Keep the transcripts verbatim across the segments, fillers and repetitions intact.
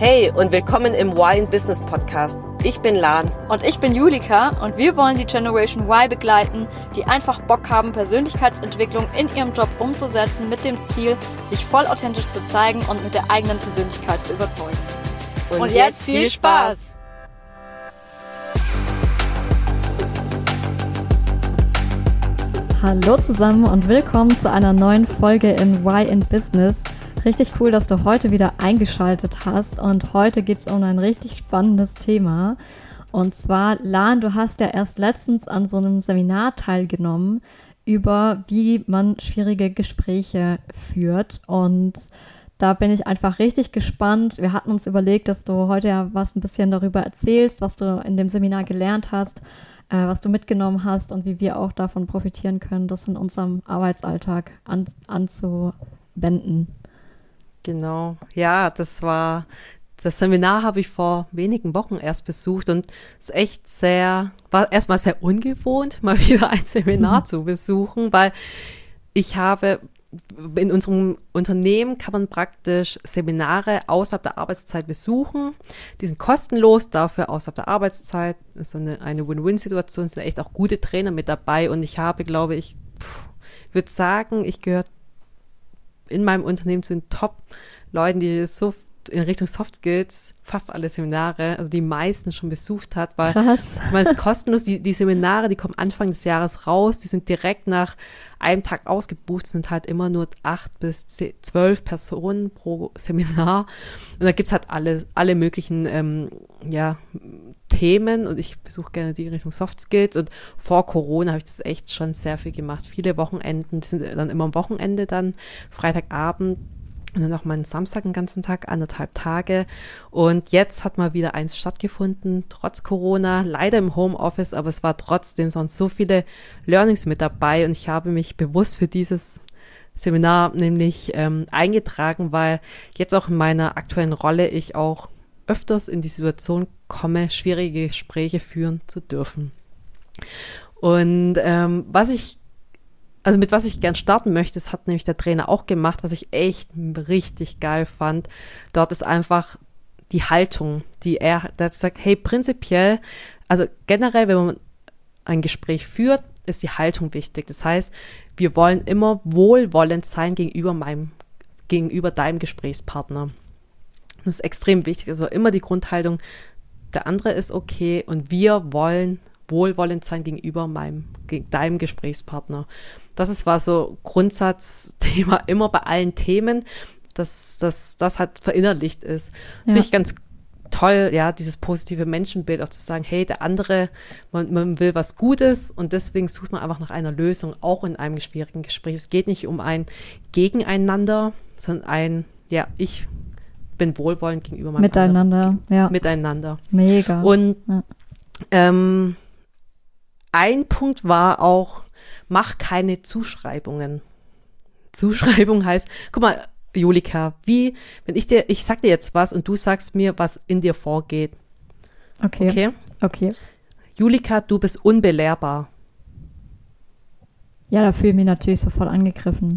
Hey und willkommen im Y in Business Podcast. Ich bin Lan. Und ich bin Julika und wir wollen die Generation Y begleiten, die einfach Bock haben, Persönlichkeitsentwicklung in ihrem Job umzusetzen mit dem Ziel, sich voll authentisch zu zeigen und mit der eigenen Persönlichkeit zu überzeugen. Und, und jetzt viel Spaß! Hallo zusammen und willkommen zu einer neuen Folge in Y in Business. Richtig cool, dass du heute wieder eingeschaltet hast und heute geht es um ein richtig spannendes Thema. Und zwar, Lan, du hast ja erst letztens an so einem Seminar teilgenommen über, wie man schwierige Gespräche führt. Und da bin ich einfach richtig gespannt. Wir hatten uns überlegt, dass du heute ja was ein bisschen darüber erzählst, was du in dem Seminar gelernt hast, äh, was du mitgenommen hast und wie wir auch davon profitieren können, das in unserem Arbeitsalltag an, anzuwenden. Genau, ja, das war, das Seminar habe ich vor wenigen Wochen erst besucht und es ist echt sehr, war erstmal sehr ungewohnt, mal wieder ein Seminar mhm. zu besuchen, weil ich habe, in unserem Unternehmen kann man praktisch Seminare außerhalb der Arbeitszeit besuchen, die sind kostenlos, dafür außerhalb der Arbeitszeit, das ist eine, eine Win-Win-Situation, es sind echt auch gute Trainer mit dabei und ich habe, glaube ich, pff, würde sagen, ich gehöre in meinem Unternehmen zu den Top-Leuten, die so in Richtung Soft Skills fast alle Seminare, also die meisten schon besucht hat, weil Krass. man ist kostenlos, die, die Seminare, die kommen Anfang des Jahres raus, die sind direkt nach einem Tag ausgebucht, sind halt immer nur acht bis zehn, zwölf Personen pro Seminar und da gibt's halt alle, alle möglichen ähm, ja, Themen und ich besuche gerne die Richtung Soft Skills und vor Corona habe ich das echt schon sehr viel gemacht, viele Wochenenden, die sind dann immer am Wochenende dann, Freitagabend und dann auch mal einen Samstag den ganzen Tag, anderthalb Tage. Und jetzt hat mal wieder eins stattgefunden, trotz Corona, leider im Homeoffice, aber es war trotzdem sonst so viele Learnings mit dabei. Und ich habe mich bewusst für dieses Seminar nämlich ähm, eingetragen, weil jetzt auch in meiner aktuellen Rolle ich auch öfters in die Situation komme, schwierige Gespräche führen zu dürfen. Und ähm, was ich Also mit was ich gern starten möchte, das hat nämlich der Trainer auch gemacht, was ich echt richtig geil fand. Dort ist einfach die Haltung, die er, der hat gesagt, hey, prinzipiell, also generell, wenn man ein Gespräch führt, ist die Haltung wichtig. Das heißt, wir wollen immer wohlwollend sein gegenüber meinem, gegenüber deinem Gesprächspartner. Das ist extrem wichtig. Also immer die Grundhaltung, der andere ist okay und wir wollen wohlwollend sein gegenüber meinem, gegen deinem Gesprächspartner. Das ist war so Grundsatzthema immer bei allen Themen, dass dass das halt verinnerlicht ist. Das ja. finde ich ganz toll, ja, dieses positive Menschenbild auch zu sagen, hey, der andere, man, man will was Gutes und deswegen sucht man einfach nach einer Lösung, auch in einem schwierigen Gespräch. Es geht nicht um ein Gegeneinander, sondern ein, ja, ich bin wohlwollend gegenüber meinem Miteinander, anderen, ja. Miteinander. Mega. Und ja. ähm, ein Punkt war auch, mach keine Zuschreibungen. Zuschreibung heißt, guck mal, Julika, wie, wenn ich dir, ich sag dir jetzt was und du sagst mir, was in dir vorgeht. Okay. Okay? Okay. Julika, du bist unbelehrbar. Ja, da fühle ich mich natürlich sofort angegriffen.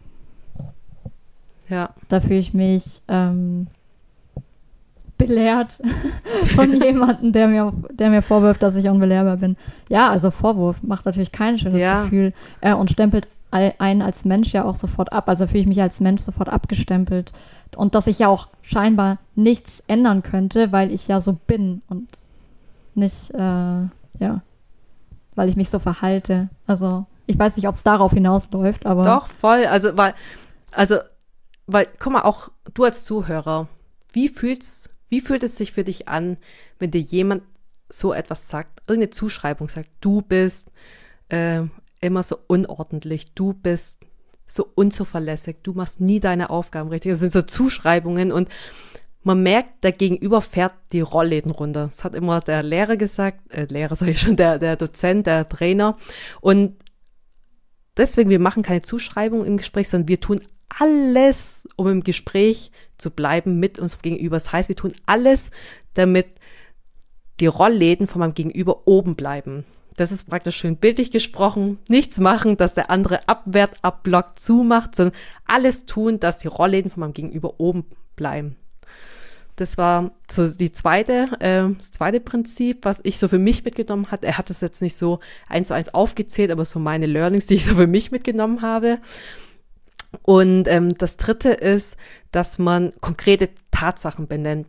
Ja. Da fühle ich mich ähm, belehrt von jemandem, der mir, der mir vorwirft, dass ich unbelehrbar bin. Ja, also Vorwurf macht natürlich kein schönes ja. Gefühl äh, und stempelt einen als Mensch ja auch sofort ab. Also fühle ich mich als Mensch sofort abgestempelt. Und dass ich ja auch scheinbar nichts ändern könnte, weil ich ja so bin und nicht, äh, ja, weil ich mich so verhalte. Also ich weiß nicht, ob es darauf hinausläuft, aber... Doch, voll. Also, weil, also, weil, guck mal, auch du als Zuhörer, wie fühlst Wie fühlt es sich für dich an, wenn dir jemand so etwas sagt, irgendeine Zuschreibung sagt, du bist äh, immer so unordentlich, du bist so unzuverlässig, du machst nie deine Aufgaben richtig. Das sind so Zuschreibungen und man merkt, der Gegenüber fährt die Rollläden runter. Das hat immer der Lehrer gesagt, äh, Lehrer sage ich schon, der, der Dozent, der Trainer. Und deswegen, wir machen keine Zuschreibung im Gespräch, sondern wir tun alles, um im Gespräch zu bleiben mit unserem Gegenüber. Das heißt, wir tun alles, damit die Rollläden von meinem Gegenüber oben bleiben. Das ist praktisch schön bildlich gesprochen. Nichts machen, dass der andere abwehrt, abblockt, zumacht, sondern alles tun, dass die Rollläden von meinem Gegenüber oben bleiben. Das war so die zweite, äh, das zweite Prinzip, was ich so für mich mitgenommen hatte. Er hat es jetzt nicht so eins zu eins aufgezählt, aber so meine Learnings, die ich so für mich mitgenommen habe. Und ähm, das dritte ist, dass man konkrete Tatsachen benennt.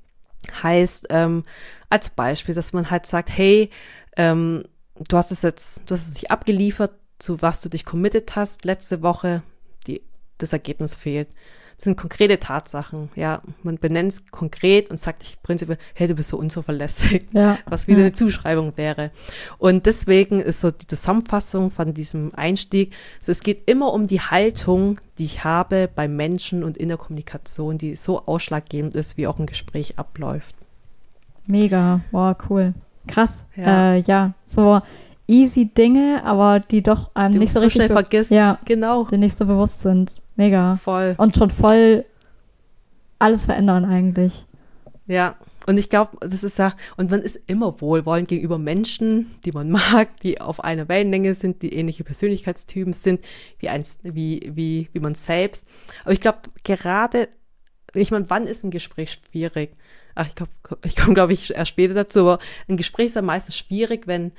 Heißt, ähm, als Beispiel, dass man halt sagt, hey, ähm, du hast es jetzt, du hast es nicht abgeliefert, zu was du dich committed hast letzte Woche, die, das Ergebnis fehlt. Das sind konkrete Tatsachen, ja. Man benennt es konkret und sagt ich prinzipiell, hey, du bist so unzuverlässig, Ja. was wieder Ja. eine Zuschreibung wäre. Und deswegen ist so die Zusammenfassung von diesem Einstieg, so es geht immer um die Haltung, die ich habe bei Menschen und in der Kommunikation, die so ausschlaggebend ist, wie auch ein Gespräch abläuft. Mega, wow, cool. Krass. Ja. Äh, ja, so easy Dinge, aber die doch einem Die nicht man so so richtig schnell be- vergisst. Ja, Genau, die nicht so bewusst sind. Mega. voll. Und schon voll alles verändern eigentlich. Ja, und ich glaube, das ist ja, und man ist immer wohlwollend gegenüber Menschen, die man mag, die auf einer Wellenlänge sind, die ähnliche Persönlichkeitstypen sind, wie eins, wie, wie, wie man selbst. Aber ich glaube, gerade, ich meine, wann ist ein Gespräch schwierig? Ach, ich glaube, ich komme, glaube ich, erst später dazu, aber ein Gespräch ist ja meistens schwierig, wenn,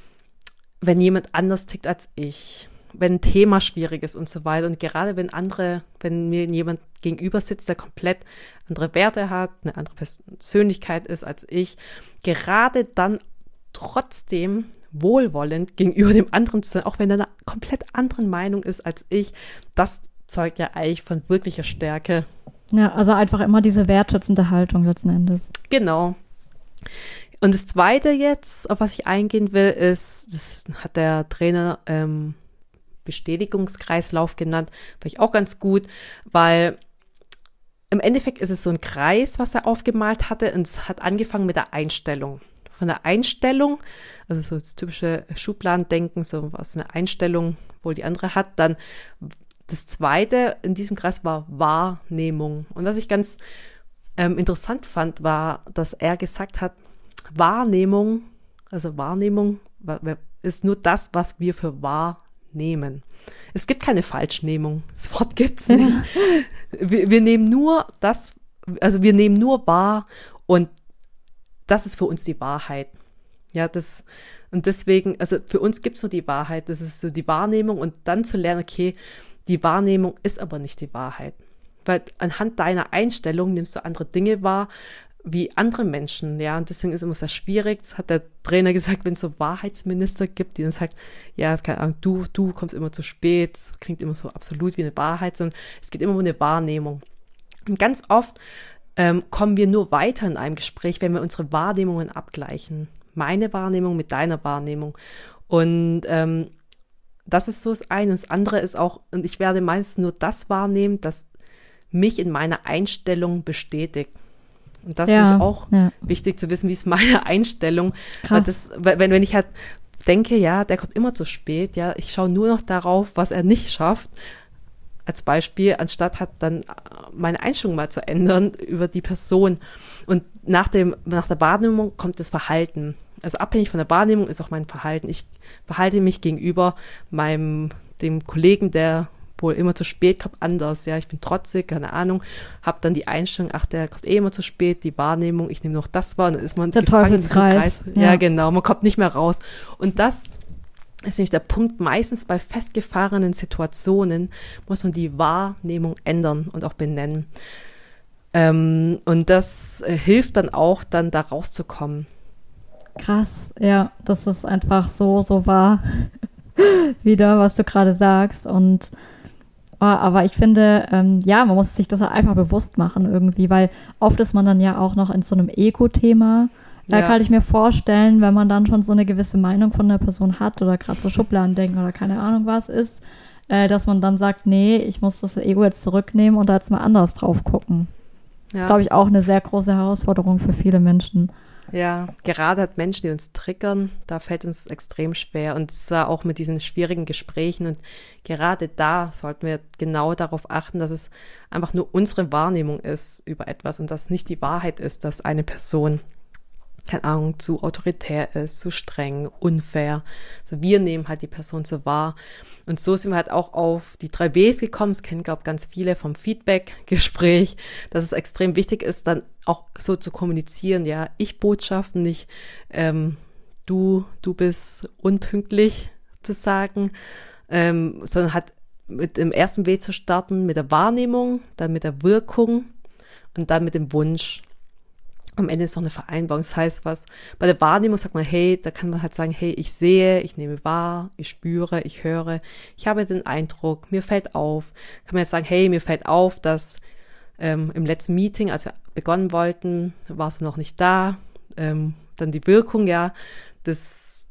wenn jemand anders tickt als ich, wenn ein Thema schwierig ist und so weiter. Und gerade wenn andere, wenn mir jemand gegenüber sitzt, der komplett andere Werte hat, eine andere Persönlichkeit ist als ich, gerade dann trotzdem wohlwollend gegenüber dem anderen zu sein, auch wenn er eine komplett andere Meinung ist als ich, das zeugt ja eigentlich von wirklicher Stärke. Ja, also einfach immer diese wertschätzende Haltung letzten Endes. Genau. Und das Zweite jetzt, auf was ich eingehen will, ist, das hat der Trainer ähm, Bestätigungskreislauf genannt, fand ich auch ganz gut, weil im Endeffekt ist es so ein Kreis, was er aufgemalt hatte, und es hat angefangen mit der Einstellung. Von der Einstellung, also so das typische Schubladendenken, so was eine Einstellung wohl die andere hat, dann das Zweite in diesem Kreis war Wahrnehmung. Und was ich ganz ähm, interessant fand, war, dass er gesagt hat, Wahrnehmung, also Wahrnehmung ist nur das, was wir für wahr nehmen. Es gibt keine Falschnehmung. Das Wort gibt's nicht. Wir, wir nehmen nur das, also wir nehmen nur wahr und das ist für uns die Wahrheit. Ja, das, und deswegen, also für uns gibt's nur die Wahrheit. Das ist so die Wahrnehmung und dann zu lernen, okay, die Wahrnehmung ist aber nicht die Wahrheit. Weil anhand deiner Einstellung nimmst du andere Dinge wahr, wie andere Menschen, ja, und deswegen ist es immer sehr schwierig. Das hat der Trainer gesagt, wenn es so Wahrheitsminister gibt, die dann sagt, ja, keine Ahnung, du, du kommst immer zu spät, das klingt immer so absolut wie eine Wahrheit, sondern es geht immer um eine Wahrnehmung. Und ganz oft ähm, kommen wir nur weiter in einem Gespräch, wenn wir unsere Wahrnehmungen abgleichen. Meine Wahrnehmung mit deiner Wahrnehmung. Und ähm, das ist so das eine. Und das andere ist auch, und ich werde meistens nur das wahrnehmen, das mich in meiner Einstellung bestätigt. Und das Ja, ist auch ja. wichtig zu wissen, wie ist meine Einstellung. Weil Krass. das, wenn, wenn ich halt denke, ja, der kommt immer zu spät, ja, ich schaue nur noch darauf, was er nicht schafft, als Beispiel, anstatt halt dann meine Einstellung mal zu ändern über die Person. Und nach dem, nach der Wahrnehmung kommt das Verhalten. Also abhängig von der Wahrnehmung ist auch mein Verhalten. Ich verhalte mich gegenüber meinem, dem Kollegen, der wohl immer zu spät kommt, anders. Ja, ich bin trotzig, keine Ahnung, habe dann die Einstellung, ach, der kommt eh immer zu spät, die Wahrnehmung, ich nehme noch das wahr, und dann ist man Der gefangen in diesem Teufelskreis. Kreis. Ja. Ja, genau, man kommt nicht mehr raus. Und das ist nämlich der Punkt, meistens bei festgefahrenen Situationen muss man die Wahrnehmung ändern und auch benennen. Ähm, und das äh, hilft dann auch, dann da rauszukommen. Krass, ja, das ist einfach so, so wahr wieder, was du gerade sagst. Und oh, aber ich finde, ähm, ja, man muss sich das einfach bewusst machen irgendwie, weil oft ist man dann ja auch noch in so einem Ego-Thema. Da Ja. kann ich mir vorstellen, wenn man dann schon so eine gewisse Meinung von der Person hat oder gerade so Schubladendenken oder keine Ahnung was ist, äh, dass man dann sagt, nee, ich muss das Ego jetzt zurücknehmen und da jetzt mal anders drauf gucken. Das Ja. ist, glaube ich, auch eine sehr große Herausforderung für viele Menschen. Ja, gerade hat Menschen, die uns triggern, da fällt uns extrem schwer. Und zwar auch mit diesen schwierigen Gesprächen. Und gerade da sollten wir genau darauf achten, dass es einfach nur unsere Wahrnehmung ist über etwas und dass nicht die Wahrheit ist, dass eine Person. keine Ahnung, zu autoritär ist, zu streng, unfair. Also wir nehmen halt die Person so wahr. Und so sind wir halt auch auf die drei Ws gekommen. Das kennen, glaube ich, ganz viele vom Feedback-Gespräch, dass es extrem wichtig ist, dann auch so zu kommunizieren. Ja, Ich-Botschaften, nicht ähm, du, du bist unpünktlich zu sagen, ähm, sondern halt mit dem ersten W zu starten, mit der Wahrnehmung, dann mit der Wirkung und dann mit dem Wunsch. Am Ende ist noch eine Vereinbarung. Das heißt, was bei der Wahrnehmung sagt man, hey, da kann man halt sagen, hey, ich sehe, ich nehme wahr, ich spüre, ich höre, ich habe den Eindruck, mir fällt auf. Kann man jetzt sagen, hey, mir fällt auf, dass ähm, im letzten Meeting, als wir begonnen wollten, warst du noch nicht da. Ähm, dann die Wirkung, ja, das,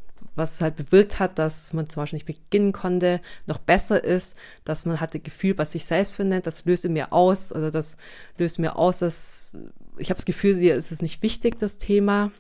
was halt bewirkt hat, dass man zum Beispiel nicht beginnen konnte, noch besser ist, dass man halt das Gefühl bei sich selbst findet, das löst in mir aus, also das löst mir aus, dass ich habe das Gefühl, dir ist es nicht wichtig, das Thema.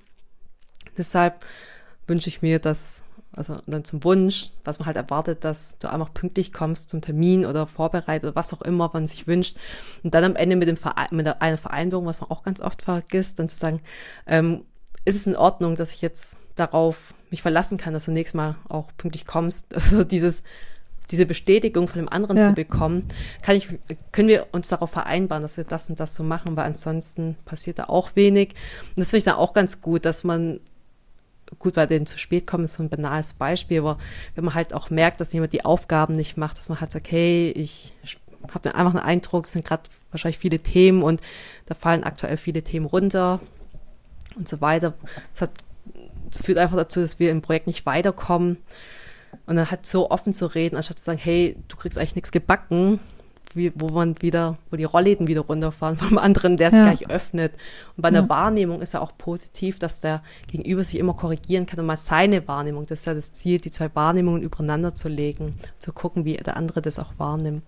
Deshalb wünsche ich mir, dass, also dann zum Wunsch, was man halt erwartet, dass du einfach pünktlich kommst zum Termin oder vorbereitet oder was auch immer man sich wünscht. Und dann am Ende mit, dem Verein, mit einer Vereinbarung, was man auch ganz oft vergisst, dann zu sagen, ähm, ist es in Ordnung, dass ich jetzt darauf mich verlassen kann, dass du nächstes Mal auch pünktlich kommst. Also dieses diese Bestätigung von dem anderen ja. zu bekommen, kann ich, können wir uns darauf vereinbaren, dass wir das und das so machen, weil ansonsten passiert da auch wenig. Und das finde ich dann auch ganz gut, dass man, gut, bei denen zu spät kommen, ist so ein banales Beispiel, aber wenn man halt auch merkt, dass jemand die Aufgaben nicht macht, dass man halt sagt, hey, ich habe dann einfach einen Eindruck, es sind gerade wahrscheinlich viele Themen und da fallen aktuell viele Themen runter und so weiter. Das, hat, das führt einfach dazu, dass wir im Projekt nicht weiterkommen. Und dann halt so offen zu reden, anstatt zu sagen, hey, du kriegst eigentlich nichts gebacken, wie, wo man wieder, wo die Rollläden wieder runterfahren vom anderen, der sich ja. gleich öffnet. Und bei einer ja. Wahrnehmung ist ja auch positiv, dass der Gegenüber sich immer korrigieren kann und mal seine Wahrnehmung, das ist ja das Ziel, die zwei Wahrnehmungen übereinander zu legen, zu gucken, wie der andere das auch wahrnimmt.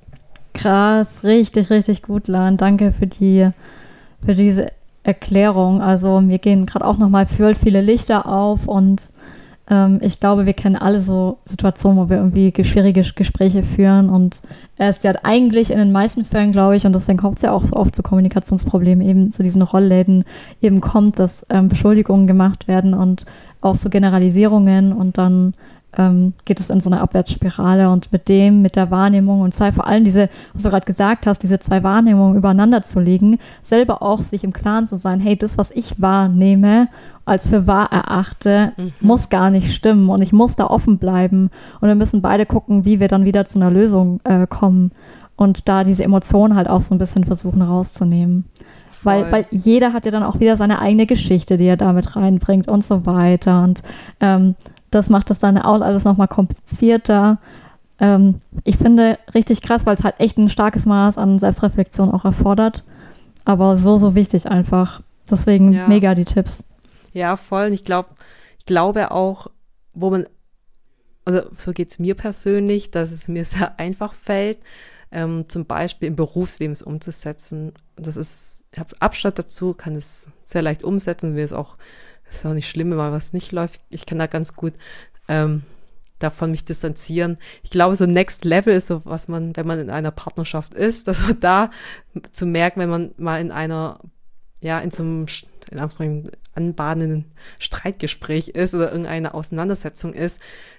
Krass, richtig, richtig gut, Lan. Danke für die, für diese Erklärung. Also mir gehen gerade auch nochmal viele Lichter auf und ähm, ich glaube, wir kennen alle so Situationen, wo wir irgendwie schwierige Gespräche führen und es ja eigentlich in den meisten Fällen, glaube ich, und deswegen kommt es ja auch so oft zu Kommunikationsproblemen, eben zu diesen Rollläden eben kommt, dass ähm, Beschuldigungen gemacht werden und auch so Generalisierungen und dann ähm, geht es in so eine Abwärtsspirale und mit dem, mit der Wahrnehmung und zwei, vor allem diese, was du gerade gesagt hast, diese zwei Wahrnehmungen übereinander zu legen, selber auch sich im Klaren zu sein, hey, das, was ich wahrnehme, als für wahr erachte, mhm. muss gar nicht stimmen und ich muss da offen bleiben und wir müssen beide gucken, wie wir dann wieder zu einer Lösung äh, kommen und da diese Emotionen halt auch so ein bisschen versuchen rauszunehmen. Weil, weil jeder hat ja dann auch wieder seine eigene Geschichte, die er damit reinbringt und so weiter und ähm, das macht das dann auch alles nochmal komplizierter. Ähm, ich finde richtig krass, weil es halt echt ein starkes Maß an Selbstreflexion auch erfordert. Aber so, so wichtig einfach. Deswegen ja. mega die Tipps. Ja, voll. Und ich glaube, ich glaube auch, wo man, also so geht's mir persönlich, dass es mir sehr einfach fällt, ähm, zum Beispiel im Berufsleben es umzusetzen. Das ist, ich habe Abstand dazu, kann es sehr leicht umsetzen, mir ist auch ist auch nicht schlimm, wenn mal was nicht läuft. Ich kann da ganz gut ähm, davon mich distanzieren. Ich glaube, so Next Level ist so, was man, wenn man in einer Partnerschaft ist, dass man da zu merken, wenn man mal in einer, ja, in so einem in Anführungszeichen anbahnenden Streitgespräch ist oder irgendeine Auseinandersetzung ist,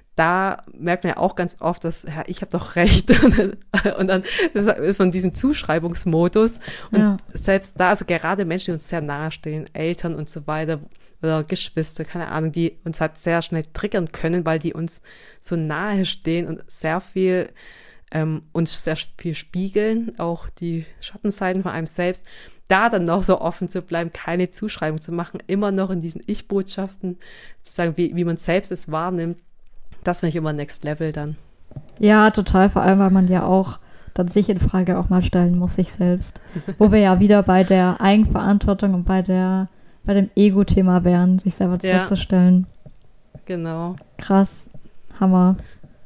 da merkt man ja auch ganz oft, dass, ja, ich habe doch recht. Und dann ist man in diesem Zuschreibungsmodus. Und ja. selbst da, also gerade Menschen, die uns sehr nahe stehen, Eltern und so weiter, oder Geschwister, keine Ahnung, die uns halt sehr schnell triggern können, weil die uns so nahe stehen und sehr viel, ähm, uns sehr viel spiegeln, auch die Schattenseiten von einem selbst, da dann noch so offen zu bleiben, keine Zuschreibung zu machen, immer noch in diesen Ich-Botschaften zu sagen, wie, wie man selbst es wahrnimmt, das finde ich immer Next Level dann. Ja, total, vor allem, weil man ja auch dann sich in Frage auch mal stellen muss, sich selbst. Wo wir ja wieder bei der Eigenverantwortung und bei der bei dem Ego-Thema wären, sich selber zurückzustellen. Ja, genau. Krass. Hammer.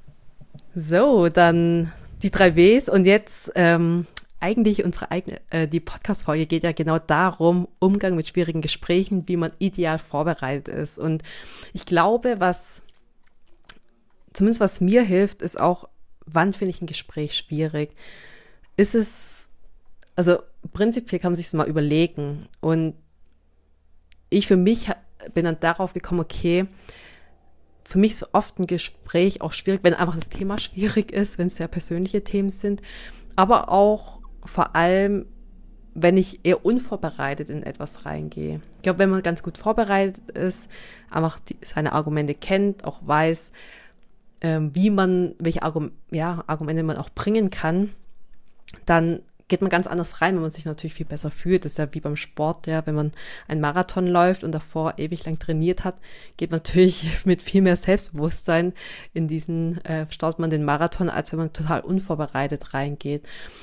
So, dann die drei Ws und jetzt ähm, eigentlich unsere eigene, äh, die Podcast-Folge geht ja genau darum, Umgang mit schwierigen Gesprächen, wie man ideal vorbereitet ist. Und ich glaube, was, zumindest was mir hilft, ist auch, wann finde ich ein Gespräch schwierig? Ist es, also prinzipiell kann man sich das mal überlegen und ich für mich bin dann darauf gekommen, okay, für mich ist oft ein Gespräch auch schwierig, wenn einfach das Thema schwierig ist, wenn es sehr persönliche Themen sind, aber auch vor allem, wenn ich eher unvorbereitet in etwas reingehe. Ich glaube, wenn man ganz gut vorbereitet ist, einfach die, seine Argumente kennt, auch weiß, ähm, wie man, welche Argum- ja, Argumente man auch bringen kann, dann geht man ganz anders rein, wenn man sich natürlich viel besser fühlt. Das ist ja wie beim Sport, ja, wenn man einen Marathon läuft und davor ewig lang trainiert hat, geht man natürlich mit viel mehr Selbstbewusstsein in diesen, äh, startet man den Marathon, als wenn man total unvorbereitet reingeht.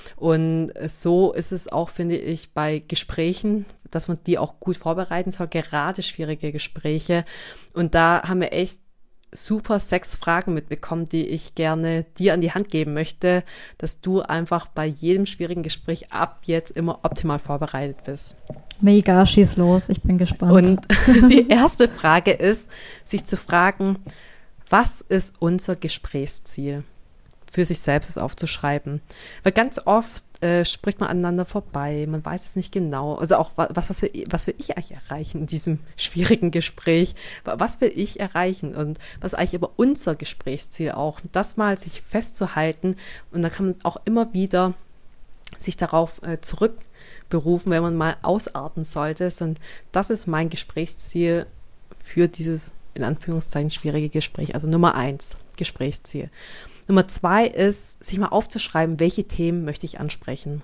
Und so ist es auch, finde ich, bei Gesprächen, dass man die auch gut vorbereiten soll, gerade schwierige Gespräche. Und da haben wir echt super sechs Fragen mitbekommen, die ich gerne dir an die Hand geben möchte, dass du einfach bei jedem schwierigen Gespräch ab jetzt immer optimal vorbereitet bist. Mega, schieß los, ich bin gespannt. Und die erste Frage ist, sich zu fragen, was ist unser Gesprächsziel? Für sich selbst es aufzuschreiben. Weil ganz oft äh, spricht man aneinander vorbei, man weiß es nicht genau. Also auch, was, was, will, was will ich eigentlich erreichen in diesem schwierigen Gespräch? Was will ich erreichen? Und was ist eigentlich aber unser Gesprächsziel auch? Das mal sich festzuhalten und dann kann man auch immer wieder sich darauf äh, zurückberufen, wenn man mal ausarten sollte. Und das ist mein Gesprächsziel für dieses, in Anführungszeichen, schwierige Gespräch. Also Nummer eins, Gesprächsziel. Nummer zwei ist, sich mal aufzuschreiben, welche Themen möchte ich ansprechen.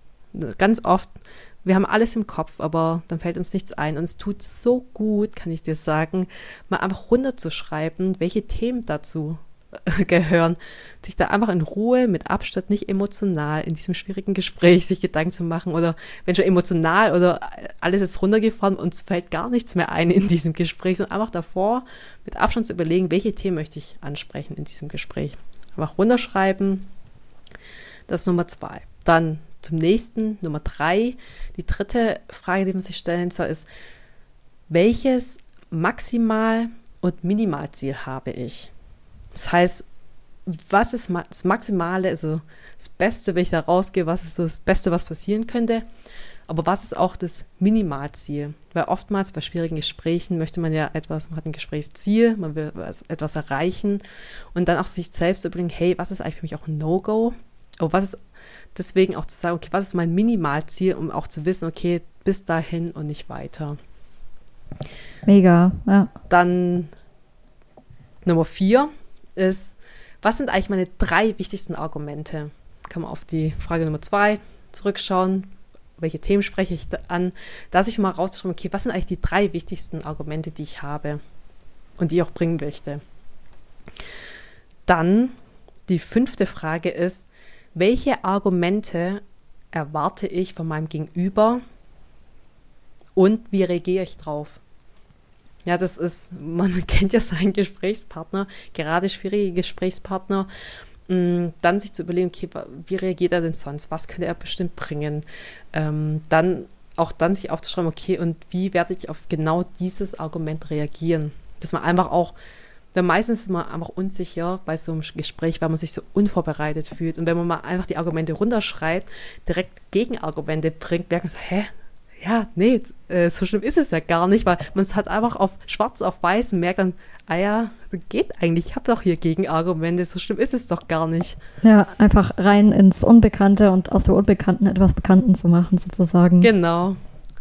Ganz oft, wir haben alles im Kopf, aber dann fällt uns nichts ein. Und es tut so gut, kann ich dir sagen, mal einfach runterzuschreiben, welche Themen dazu gehören. Sich da einfach in Ruhe, mit Abstand, nicht emotional in diesem schwierigen Gespräch sich Gedanken zu machen. Oder wenn schon emotional oder alles ist runtergefahren und es fällt gar nichts mehr ein in diesem Gespräch, sondern einfach davor mit Abstand zu überlegen, welche Themen möchte ich ansprechen in diesem Gespräch. Einfach runterschreiben, das ist Nummer zwei. Dann zum nächsten, Nummer drei. Die dritte Frage, die man sich stellen soll, ist, welches Maximal- und Minimalziel habe ich? Das heißt, was ist das Maximale, also das Beste, wenn ich da rausgehe, was ist so das Beste, was passieren könnte? Aber was ist auch das Minimalziel? Weil oftmals bei schwierigen Gesprächen möchte man ja etwas, man hat ein Gesprächsziel, man will etwas erreichen und dann auch sich selbst überlegen, hey, was ist eigentlich für mich auch ein No-Go? Aber was ist deswegen auch zu sagen, okay, was ist mein Minimalziel, um auch zu wissen, okay, bis dahin und nicht weiter. Mega, ja. Dann Nummer vier ist, was sind eigentlich meine drei wichtigsten Argumente? Kann man auf die Frage Nummer zwei zurückschauen. Welche Themen spreche ich da an, da sich mal rausschreiben, okay, was sind eigentlich die drei wichtigsten Argumente, die ich habe und die ich auch bringen möchte. Dann die fünfte Frage ist, welche Argumente erwarte ich von meinem Gegenüber und wie reagiere ich drauf? Ja, das ist, man kennt ja seinen Gesprächspartner, gerade schwierige Gesprächspartner, dann sich zu überlegen, okay, wie reagiert er denn sonst? Was könnte er bestimmt bringen? Ähm, dann auch dann sich aufzuschreiben, okay, und wie werde ich auf genau dieses Argument reagieren? Dass man einfach auch, weil meistens ist man einfach unsicher bei so einem Gespräch, weil man sich so unvorbereitet fühlt. Und wenn man mal einfach die Argumente runterschreibt, direkt Gegenargumente bringt, merkt man so, hä? Ja, nee, äh, so schlimm ist es ja gar nicht, weil man es halt einfach auf schwarz auf weiß und merkt dann, ah ja, geht eigentlich, ich habe doch hier Gegenargumente, so schlimm ist es doch gar nicht. Ja, einfach rein ins Unbekannte und aus der Unbekannten etwas Bekannten zu machen, sozusagen. Genau.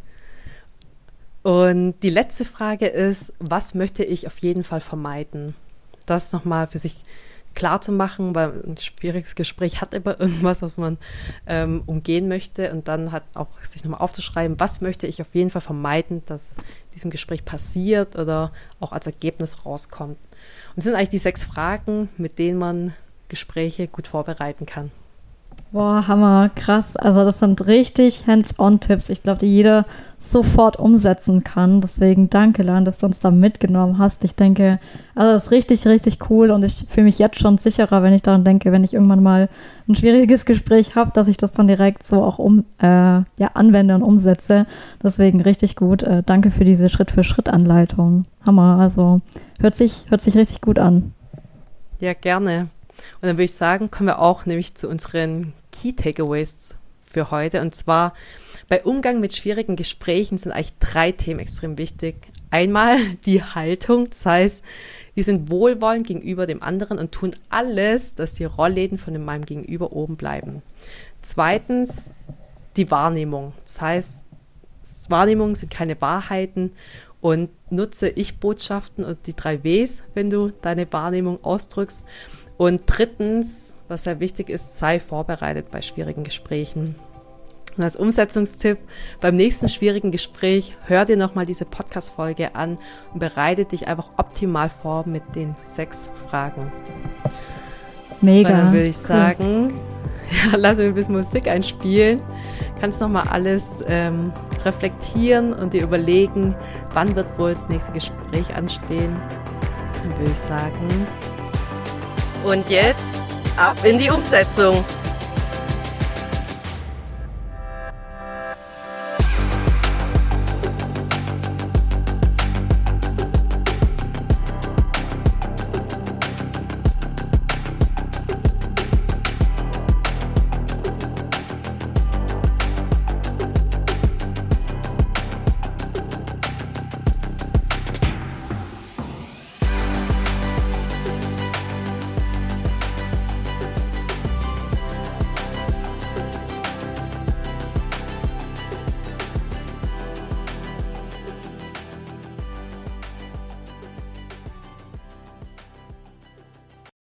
Und die letzte Frage ist, was möchte ich auf jeden Fall vermeiden? Das nochmal für sich klar zu machen, weil ein schwieriges Gespräch hat immer irgendwas, was man ähm, umgehen möchte und dann hat auch sich nochmal aufzuschreiben, was möchte ich auf jeden Fall vermeiden, dass diesem Gespräch passiert oder auch als Ergebnis rauskommt. Und das sind eigentlich die sechs Fragen, mit denen man Gespräche gut vorbereiten kann. Boah, Hammer, krass. Also das sind richtig Hands-on-Tipps, ich glaube, die jeder sofort umsetzen kann. Deswegen danke, Lan, dass du uns da mitgenommen hast. Ich denke, also das ist richtig, richtig cool und ich fühle mich jetzt schon sicherer, wenn ich daran denke, wenn ich irgendwann mal ein schwieriges Gespräch habe, dass ich das dann direkt so auch um, äh, ja, anwende und umsetze. Deswegen richtig gut. Äh, danke für diese Schritt-für-Schritt-Anleitung. Hammer, also hört sich, hört sich richtig gut an. Ja, gerne. Und dann würde ich sagen, kommen wir auch nämlich zu unseren Key Takeaways für heute. Und zwar Bei Umgang mit schwierigen Gesprächen sind eigentlich drei Themen extrem wichtig. Einmal die Haltung, das heißt, wir sind wohlwollend gegenüber dem anderen und tun alles, dass die Rollläden von meinem Gegenüber oben bleiben. Zweitens die Wahrnehmung, das heißt, Wahrnehmungen sind keine Wahrheiten und nutze Ich-Botschaften und die drei Ws, wenn du deine Wahrnehmung ausdrückst. Und drittens, was sehr wichtig ist, sei vorbereitet bei schwierigen Gesprächen. Und als Umsetzungstipp, beim nächsten schwierigen Gespräch, hör dir nochmal diese Podcast-Folge an und bereite dich einfach optimal vor mit den sechs Fragen. Mega. Und dann würde ich cool. sagen, ja, lass mir ein bisschen Musik einspielen. Kannst nochmal alles ähm, reflektieren und dir überlegen, wann wird wohl das nächste Gespräch anstehen. Dann würde ich sagen. Und jetzt ab in die Umsetzung.